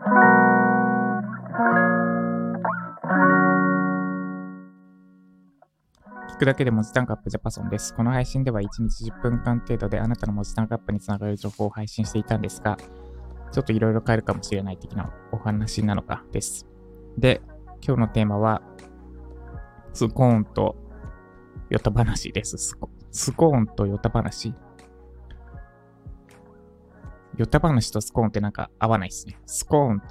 聞くだけで文字単価アップジャパソンです。この配信では1日10分間程度であなたの文字単価アップにつながる情報を配信していたんですが、ちょっといろいろ変えるかもしれない的なお話なのかです。で、今日のテーマは、スコーンとヨタ話です。スコーンとヨタ話。ヨタ話とスコーンってなんか合わないですね。スコーン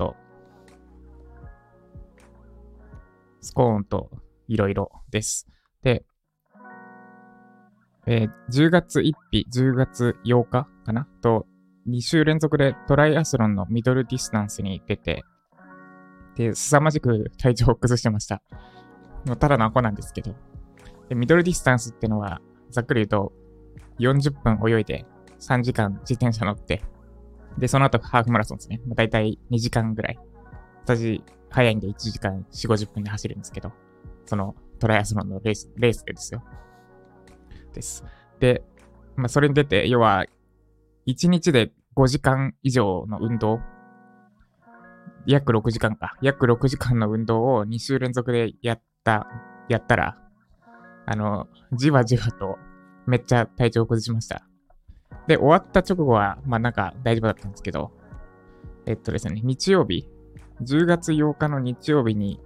といろいろです。で、10月1日、10月8日かなと、2週連続でトライアスロンのミドルディスタンスに出て、で、凄まじく体調を崩してました。ただのアホなんですけど。で、ミドルディスタンスってのは、ざっくり言うと、40分泳いで、3時間自転車乗って、で、その後ハーフマラソンですね。だいたい2時間ぐらい。私、早いんで1時間4、50分で走るんですけど、そのトライアスロンのレースでですよ。です。で、それに出て、要は、1日で5時間以上の運動、約6時間の運動を2週連続でやったら、じわじわとめっちゃ体調を崩しました。で、終わった直後は、なんか大丈夫だったんですけど、ですね、日曜日、10月8日の日曜日に、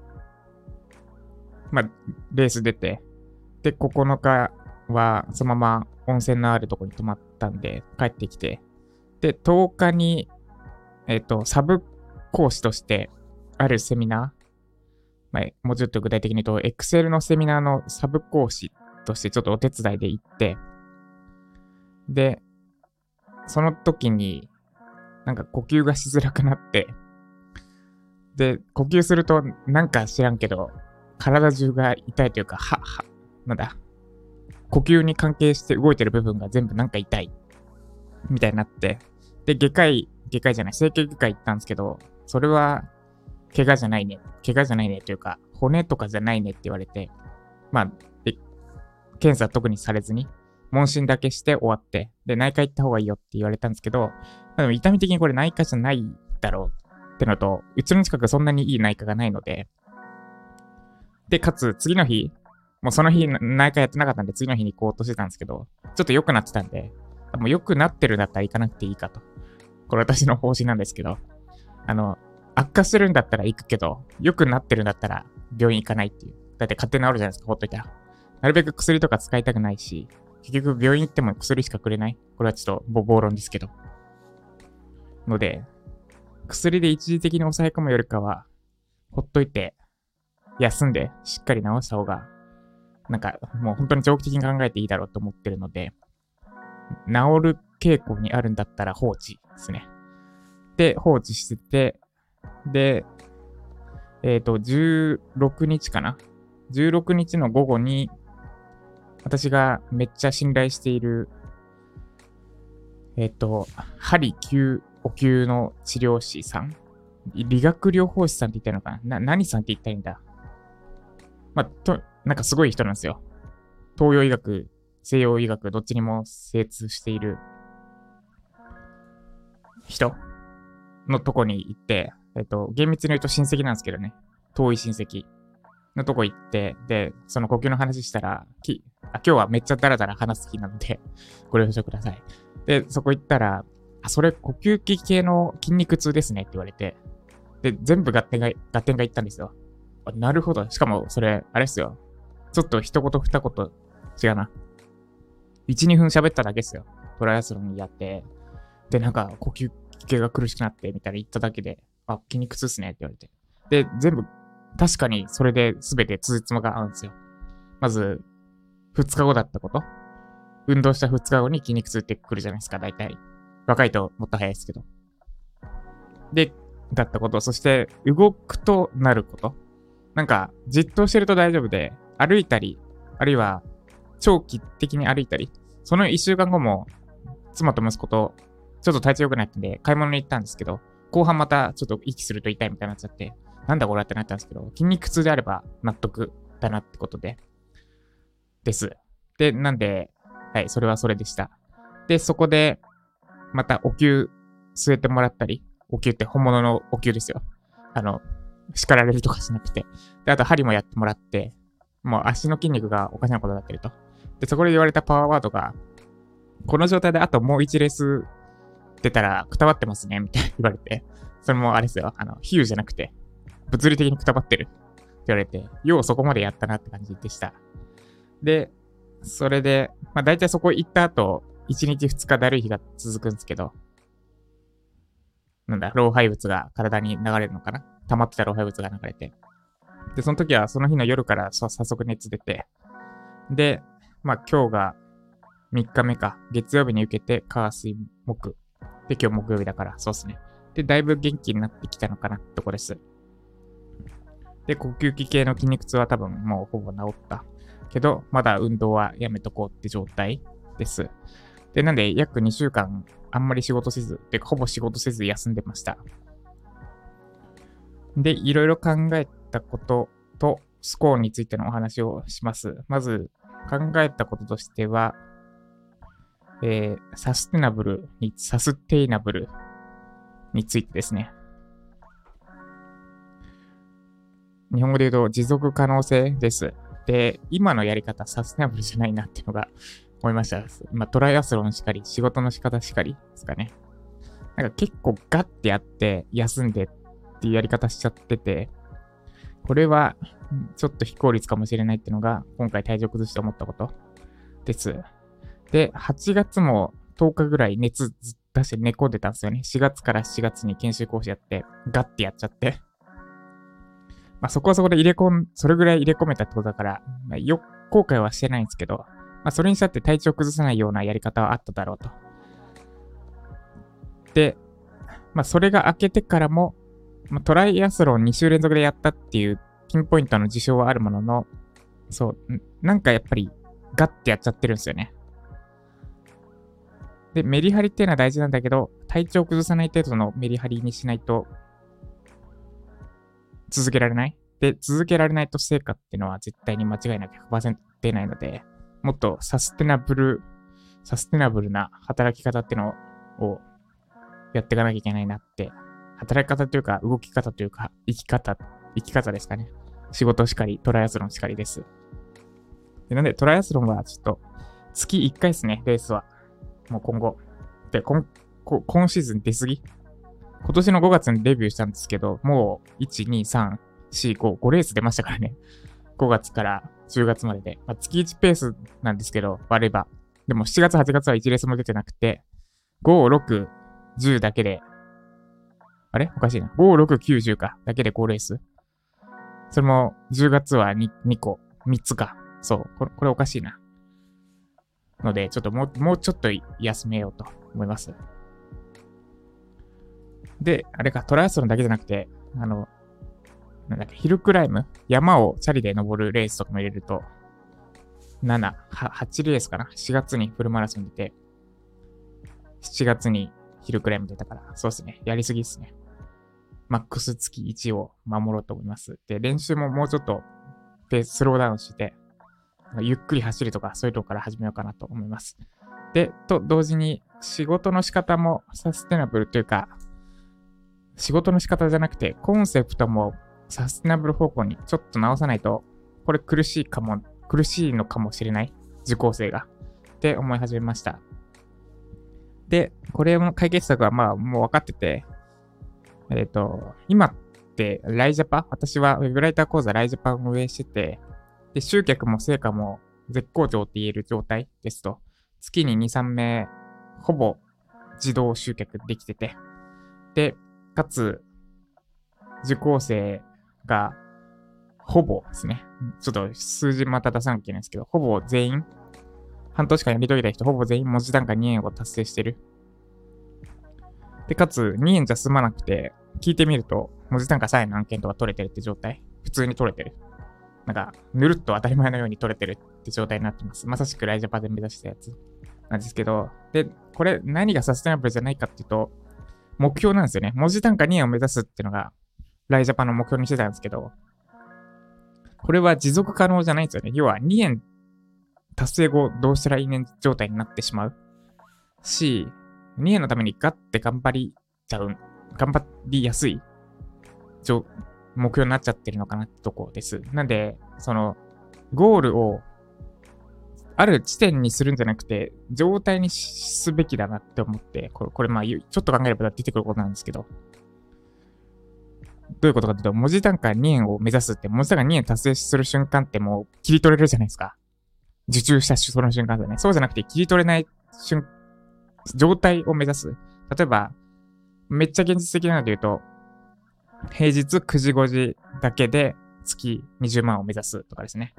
レース出て、で、9日はそのまま温泉のあるところに泊まったんで、帰ってきて、で、10日に、サブ講師として、あるセミナー、もうちょっと具体的に言うと、Excel のセミナーのサブ講師としてちょっとお手伝いで行って、で、その時に、なんか呼吸がしづらくなって、で、呼吸するとなんか知らんけど、体中が痛いというか、呼吸に関係して動いてる部分が全部なんか痛い、みたいになって、で、整形外科行ったんですけど、それは、怪我じゃないねというか、骨とかじゃないねって言われて、検査特にされずに、問診だけして終わって、で、内科行った方がいいよって言われたんですけど、でも痛み的にこれ内科じゃないだろうってのと、うちの近くそんなにいい内科がないので、で、かつ次の日、もうその日内科やってなかったんで次の日に行こうとしてたんですけど、ちょっと良くなってたんで、もう良くなってるんだったら行かなくていいかと。これ私の方針なんですけど、悪化してるんだったら行くけど、良くなってるんだったら病院行かないっていう。だって勝手に治るじゃないですか、ほっといたら。なるべく薬とか使いたくないし、結局病院行っても薬しかくれない。これはちょっと暴論ですけど。ので、薬で一時的に抑え込むよりかは、ほっといて、休んで、しっかり治した方が、なんか、もう本当に長期的に考えていいだろうと思ってるので、治る傾向にあるんだったら放置ですね。で、放置してて、で、16日かな ?16 日の午後に、私がめっちゃ信頼している、針灸、お灸の治療師さん、理学療法士さんって言ったのかな、何さんって言ったらいいんだ。なんかすごい人なんですよ。東洋医学、西洋医学、どっちにも精通している人のとこに行って、厳密に言うと親戚なんですけどね。遠い親戚のとこ行って、で、その呼吸の話したら、今日はめっちゃダラダラ話す気なので、ご了承ください。で、そこ行ったら、それ呼吸器系の筋肉痛ですねって言われて、で、全部合点がいったんですよ。なるほど。しかも、それ、あれっすよ。ちょっと一言二言、違うな。1、2分喋っただけっすよ。トライアスロンやって、で、なんか、呼吸器系が苦しくなって、みたいな言っただけで、筋肉痛っすねって言われて。で、全部、確かにそれで全てつじつまが合うんですよ。まず、2日後だったこと。運動した2日後に筋肉痛ってくるじゃないですか、大体。若いともっと早いですけど。で、だったこと。そして、動くとなること。なんか、じっとしてると大丈夫で、歩いたり、あるいは、長期的に歩いたり、その1週間後も、妻と息子と、ちょっと体調良くなったんで、買い物に行ったんですけど、後半またちょっと息すると痛いみたいになっちゃって、なんだこれってなったんですけど、筋肉痛であれば納得だなってことで、です。で、なんで、はい、それはそれでした。で、そこで、またお灸据えてもらったり、 お灸って本物のお灸ですよ。叱られるとかしなくて。で、あと針もやってもらって、もう足の筋肉がおかしなことになってると。で、そこで言われたパワーワードが、この状態であともう1レース出たらくたばってますね、みたいな言われて。それもあれですよ。比喩じゃなくて、物理的にくたばってるって言われて、ようそこまでやったなって感じでした。で、それで、まあ大体そこ行った後、1日2日だるい日が続くんですけど、老廃物が体に流れるのかな、溜まってた老廃物が流れて。で、その時はその日の夜から早速熱出て、で、まあ今日が3日目か、月曜日に受けて、火水木。で、今日木曜日だから、そうっすね。で、だいぶ元気になってきたのかなってとこです。で、呼吸器系の筋肉痛は多分もうほぼ治った。けど、まだ運動はやめとこうって状態です。で、なんで約2週間あんまり仕事せず、てかほぼ仕事せず休んでました。で、いろいろ考えたこととスコーンについてのお話をします。まず考えたこととしては、サステナブルについてですね。日本語で言うと持続可能性です。で、今のやり方サステナブルじゃないなっていうのが思いました。今トライアスロンしかり、仕事の仕方しかりですかね。なんか結構ガッてやって休んでっていうやり方しちゃってて、これはちょっと非効率かもしれないっていうのが今回体調崩して思ったことです。で、8月も10日ぐらい熱出して寝込んでたんですよね。4月から7月に研修講師やって、ガッてやっちゃって。まあそこはそこでそれぐらい入れ込めたってことだから、まあ、後悔はしてないんですけど、まあそれにしたって体調崩さないようなやり方はあっただろうと。で、まあそれが明けてからも、まあ、トライアスロン2週連続でやったっていうピンポイントの事象はあるものの、そう、なんかやっぱりガッてやっちゃってるんですよね。で、メリハリっていうのは大事なんだけど、体調を崩さない程度のメリハリにしないと続けられない。で、続けられないと成果っていうのは絶対に間違いなく 100% 出ないので、もっとサステナブルな働き方っていうのをやっていかなきゃいけないなって、働き方というか動き方というか生き方ですかね。仕事しかり、トライアスロンしかりです。でなんでトライアスロンはちょっと月1回ですね、レースは。もう今後。で、今シーズン出過ぎ。今年の5月にデビューしたんですけど、もう1、2、3、4、5レース出ましたからね。5月から10月までで。まあ、月1ペースなんですけど、割れば。でも7月、8月は1レースも出てなくて、5、6、10だけで、あれおかしいな。5、6、9、10か。だけで5レース。それも10月は 2個、3つか。そう。これおかしいな。ので、ちょっともうちょっと休めようと思います。で、あれか、トライアスロンだけじゃなくて、ヒルクライム、山をチャリで登るレースとかも入れると、8レースかな ?4 月にフルマラソン出て、7月にヒルクライム出たから、そうですね。やりすぎですね。マックス月1を守ろうと思います。で、練習ももうちょっとスローダウンして、ゆっくり走るとか、そういうとこから始めようかなと思います。で、と同時に、仕事の仕方もサステナブルというか、仕事の仕方じゃなくて、コンセプトもサステナブル方向にちょっと直さないと、これ苦しいのかもしれない。受講生が。って思い始めました。で、これの解決策はまあもう分かってて、今ってライジャパ、私はウェブライター講座ライジャパを運営してて、で、集客も成果も絶好調って言える状態ですと、月に2、3名、ほぼ自動集客できてて、で、かつ、受講生が、ほぼですね。ちょっと数字また出さなきゃいけないんですけど、ほぼ全員、半年間やり遂げた人、ほぼ全員文字単価2円を達成してる。で、かつ、2円じゃ済まなくて、聞いてみると、文字単価3円の案件とか取れてるって状態。普通に取れてる。なんか、ぬるっと当たり前のように取れてるって状態になってます。まさしくライジャパで目指したやつなんですけど、で、これ何がサステナブルじゃないかっていうと、目標なんですよね。文字単価2円を目指すっていうのが、ライジャパの目標にしてたんですけど、これは持続可能じゃないんですよね。要は2円達成後どうしたらいいねん状態になってしまうし、2円のためにガッて頑張りちゃう頑張りやすい目標になっちゃってるのかなってとこです。なんで、ゴールをある地点にするんじゃなくて、状態にすべきだなって思って、これまあ、ちょっと考えれば出てくることなんですけど、どういうことかというと、文字単価2円を目指すって、文字単価2円達成する瞬間ってもう切り取れるじゃないですか。受注したその瞬間でね。そうじゃなくて切り取れない状態を目指す。例えば、めっちゃ現実的なので言うと、平日9時5時だけで月20万を目指すとかですね。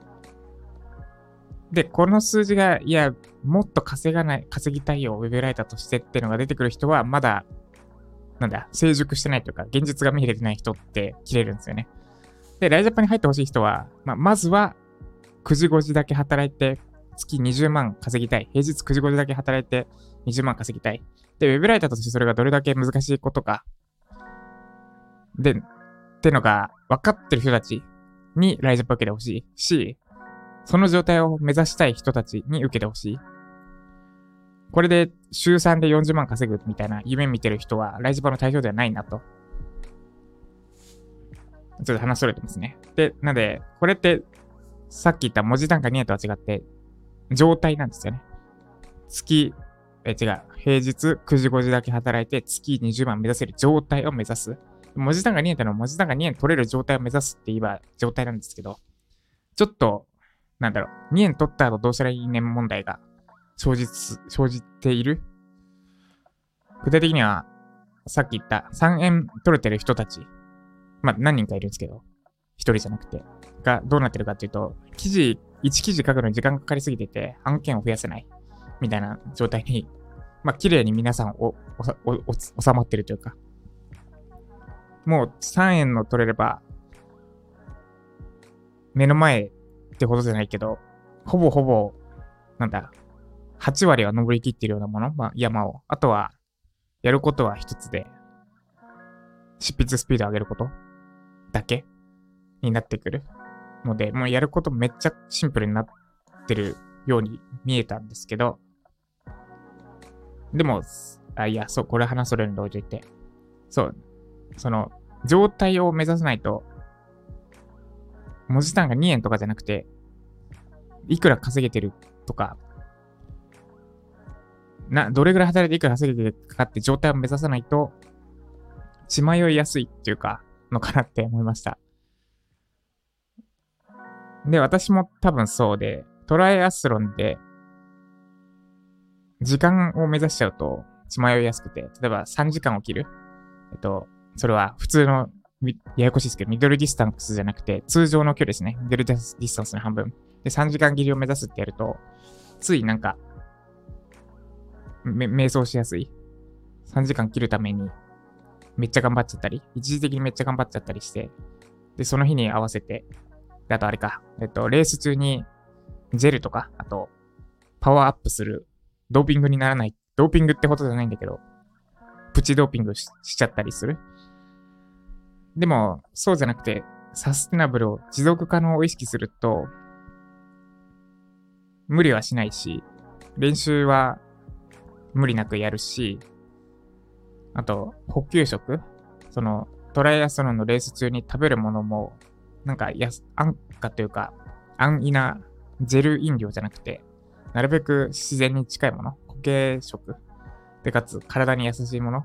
で、この数字が、いや、もっと稼ぎたいよ、ウェブライターとしてっていうのが出てくる人は、まだ、成熟してないというか、現実が見えてない人って切れるんですよね。で、ライジャパンに入ってほしい人は、まずは、9時5時だけ働いて、月20万稼ぎたい。平日9時5時だけ働いて、20万稼ぎたい。で、ウェブライターとしてそれがどれだけ難しいことか。で、ってのが分かってる人たちにライジャパン受けてほしいし、その状態を目指したい人たちに受けてほしい。これで週3で40万稼ぐみたいな夢見てる人はライジパの対象ではないなと。ちょっと話それてますね。で、なんで、これってさっき言った文字単価2円とは違って状態なんですよね。平日9時5時だけ働いて月20万目指せる状態を目指す。文字単価2円ってのは文字単価2円取れる状態を目指すって言えば状態なんですけど、ちょっと、2円取った後どうしたらいいねん問題が生じている。具体的には、さっき言った3円取れてる人たち、何人かいるんですけど、1人じゃなくて、がどうなってるかっていうと、1記事書くのに時間がかかりすぎてて、案件を増やせない、みたいな状態に、綺麗に皆さん収まってるというか、もう3円の取れれば、目の前ってほどじゃないけど、ほぼ、8割は登り切っているようなもの、山を。あとは、やることは一つで、執筆スピードを上げることだけになってくるので、もうやることめっちゃシンプルになってるように見えたんですけど、でも、これ話それるのと言って、状態を目指さないと、文字単価2円とかじゃなくて、いくら稼げてるとか、どれぐらい働いていくら稼げてるかって状態を目指さないと、血迷いやすいっていうか、のかなって思いました。で、私も多分そうで、トライアスロンで、時間を目指しちゃうと血迷いやすくて、例えば3時間起きる。それは普通の、ややこしいですけど、ミドルディスタンスじゃなくて、通常の距離ですね。ミドルディスタンスの半分。で、3時間切りを目指すってやると、つい迷走しやすい。3時間切るために、めっちゃ頑張っちゃったり、一時的にめっちゃ頑張っちゃったりして、で、その日に合わせて、であとあれか、レース中に、ジェルとか、あと、パワーアップする、ドーピングにならない、ドーピングってことじゃないんだけど、プチドーピング しちゃったりする。でも、そうじゃなくて、サステナブルを持続可能を意識すると、無理はしないし、練習は無理なくやるし、あと、補給食トライアスロンのレース中に食べるものも、安価というか、安易なジェル飲料じゃなくて、なるべく自然に近いもの、固形食で、かつ体に優しいもの、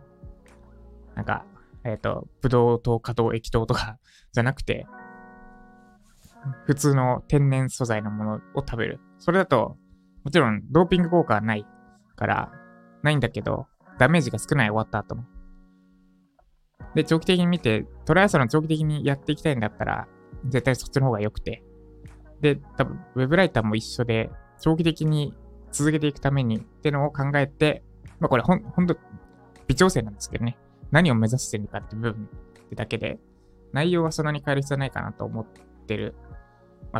ブドウ糖、果糖、液糖とかじゃなくて、普通の天然素材のものを食べる。それだと、もちろんドーピング効果はないから、ないんだけど、ダメージが少ない終わった後の。で、長期的に見て、トライアスロン長期的にやっていきたいんだったら、絶対そっちの方が良くて。で、多分、ウェブライターも一緒で、長期的に続けていくためにってのを考えて、これほんと、微調整なんですけどね。何を目指してるかって部分だけで、内容はそんなに変える必要ないかなと思ってるます。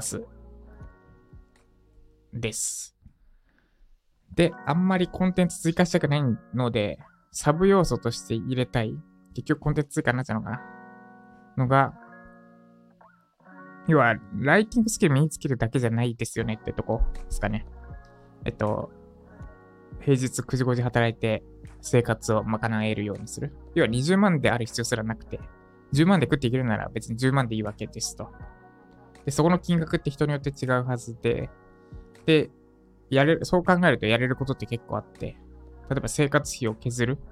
です。で、あんまりコンテンツ追加したくないので、サブ要素として入れたい。結局コンテンツ追加になっちゃうのかなのが、要は、ライティングスキル身につけるだけじゃないですよねってとこですかね。 平日9時5時働いて生活を賄えるようにする。要は20万である必要すらなくて、10万で食っていけるなら別に10万でいいわけですと。で、そこの金額って人によって違うはずで、で、そう考えるとやれることって結構あって、例えば生活費を削る。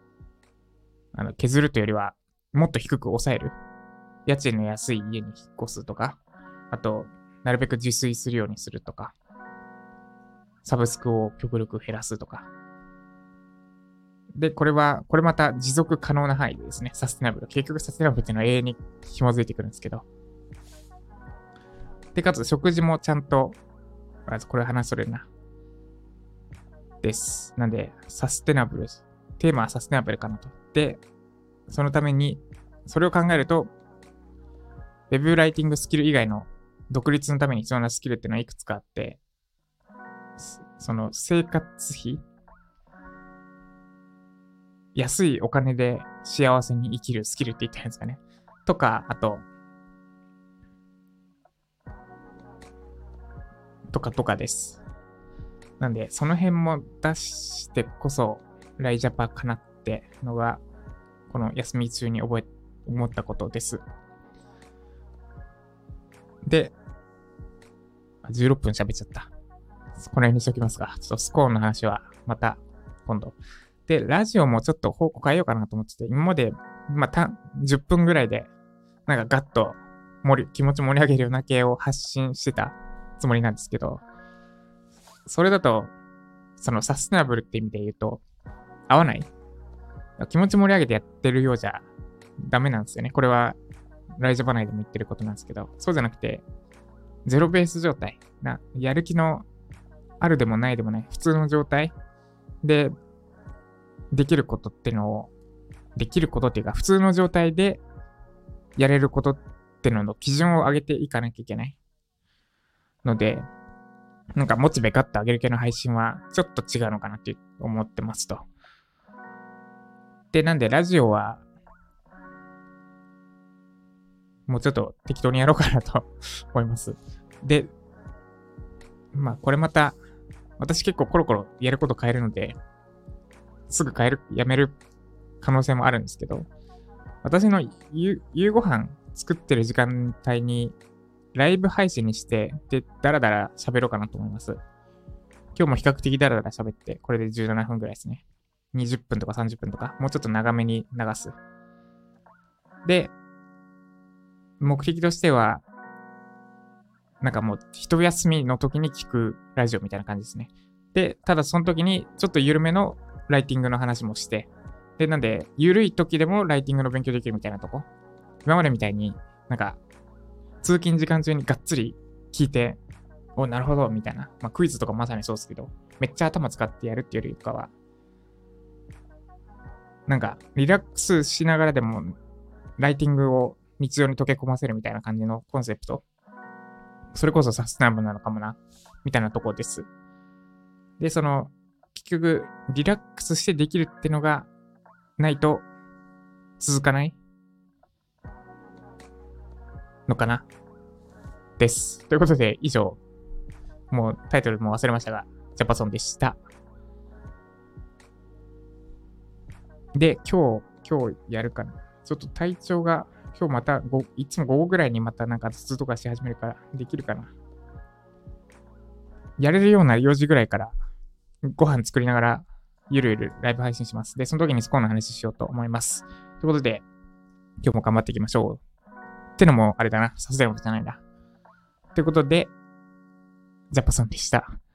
削るというよりは、もっと低く抑える。家賃の安い家に引っ越すとか、あと、なるべく自炊するようにするとか、サブスクを極力減らすとか。で、これまた持続可能な範囲でですね、サステナブル。結局サステナブルっていうのは永遠に紐づいてくるんですけど。で、かつ食事もちゃんと、これ話それるな。です。なんで、サステナブル。テーマはサステナブルかなと。で、そのために、それを考えると、ウェブライティングスキル以外の独立のために必要なスキルっていうのはいくつかあって、その生活費、安いお金で幸せに生きるスキルって言ったんですかね。とか、あと、とかです。なんで、その辺も出してこそ、ライジャパかなってのが、この休み中に思ったことです。で、16分喋っちゃった。この辺にしときますが、ちょっとスコーンの話はまた今度。で、ラジオもちょっと方向変えようかなと思ってて、今まで、10分ぐらいで、なんかガッと気持ち盛り上げるような系を発信してたつもりなんですけど、それだと、そのサステナブルって意味で言うと、合わない。気持ち盛り上げてやってるようじゃダメなんですよね。これは、ライジャパ内でも言ってることなんですけど、そうじゃなくて、ゼロベース状態。やる気のあるでもないでもない、普通の状態で、できることっていうか、普通の状態でやれることってのの基準を上げていかなきゃいけない。ので、なんかモチベガッと上げる系の配信はちょっと違うのかなって思ってますと。で、なんでラジオは、もうちょっと適当にやろうかなと思います。で、これまた、私結構コロコロやること変えるので、すぐやめる可能性もあるんですけど、私の夕ご飯作ってる時間帯にライブ配信にして、で、だらだら喋ろうかなと思います。今日も比較的だらだら喋って、これで17分ぐらいですね。20分とか30分とか、もうちょっと長めに流す。で、目的としては、なんかもう一休みの時に聞くラジオみたいな感じですね。で、ただその時にちょっと緩めのライティングの話もして、で、なんで、緩い時でもライティングの勉強できるみたいなとこ。今までみたいになんか、通勤時間中にがっつり聞いて、なるほど、みたいな。クイズとかまさにそうですけど、めっちゃ頭使ってやるっていうよりかは、なんか、リラックスしながらでも、ライティングを日常に溶け込ませるみたいな感じのコンセプト。それこそサステナブルなのかもな、みたいなとこです。で、結局、リラックスしてできるってのがないと続かないのかなです。ということで、以上、もうタイトルも忘れましたが、ジャパソンでした。で、今日やるかな。ちょっと体調が、今日またいつも午後ぐらいにまたなんか頭痛とかし始めるから、できるかな。やれるような4時ぐらいからご飯作りながらゆるゆるライブ配信します。で、その時にスコーンの話しようと思います。ということで、今日も頑張っていきましょう。ってのもあれだな。さすがにじゃないんだ。ということで、ジャパソンでした。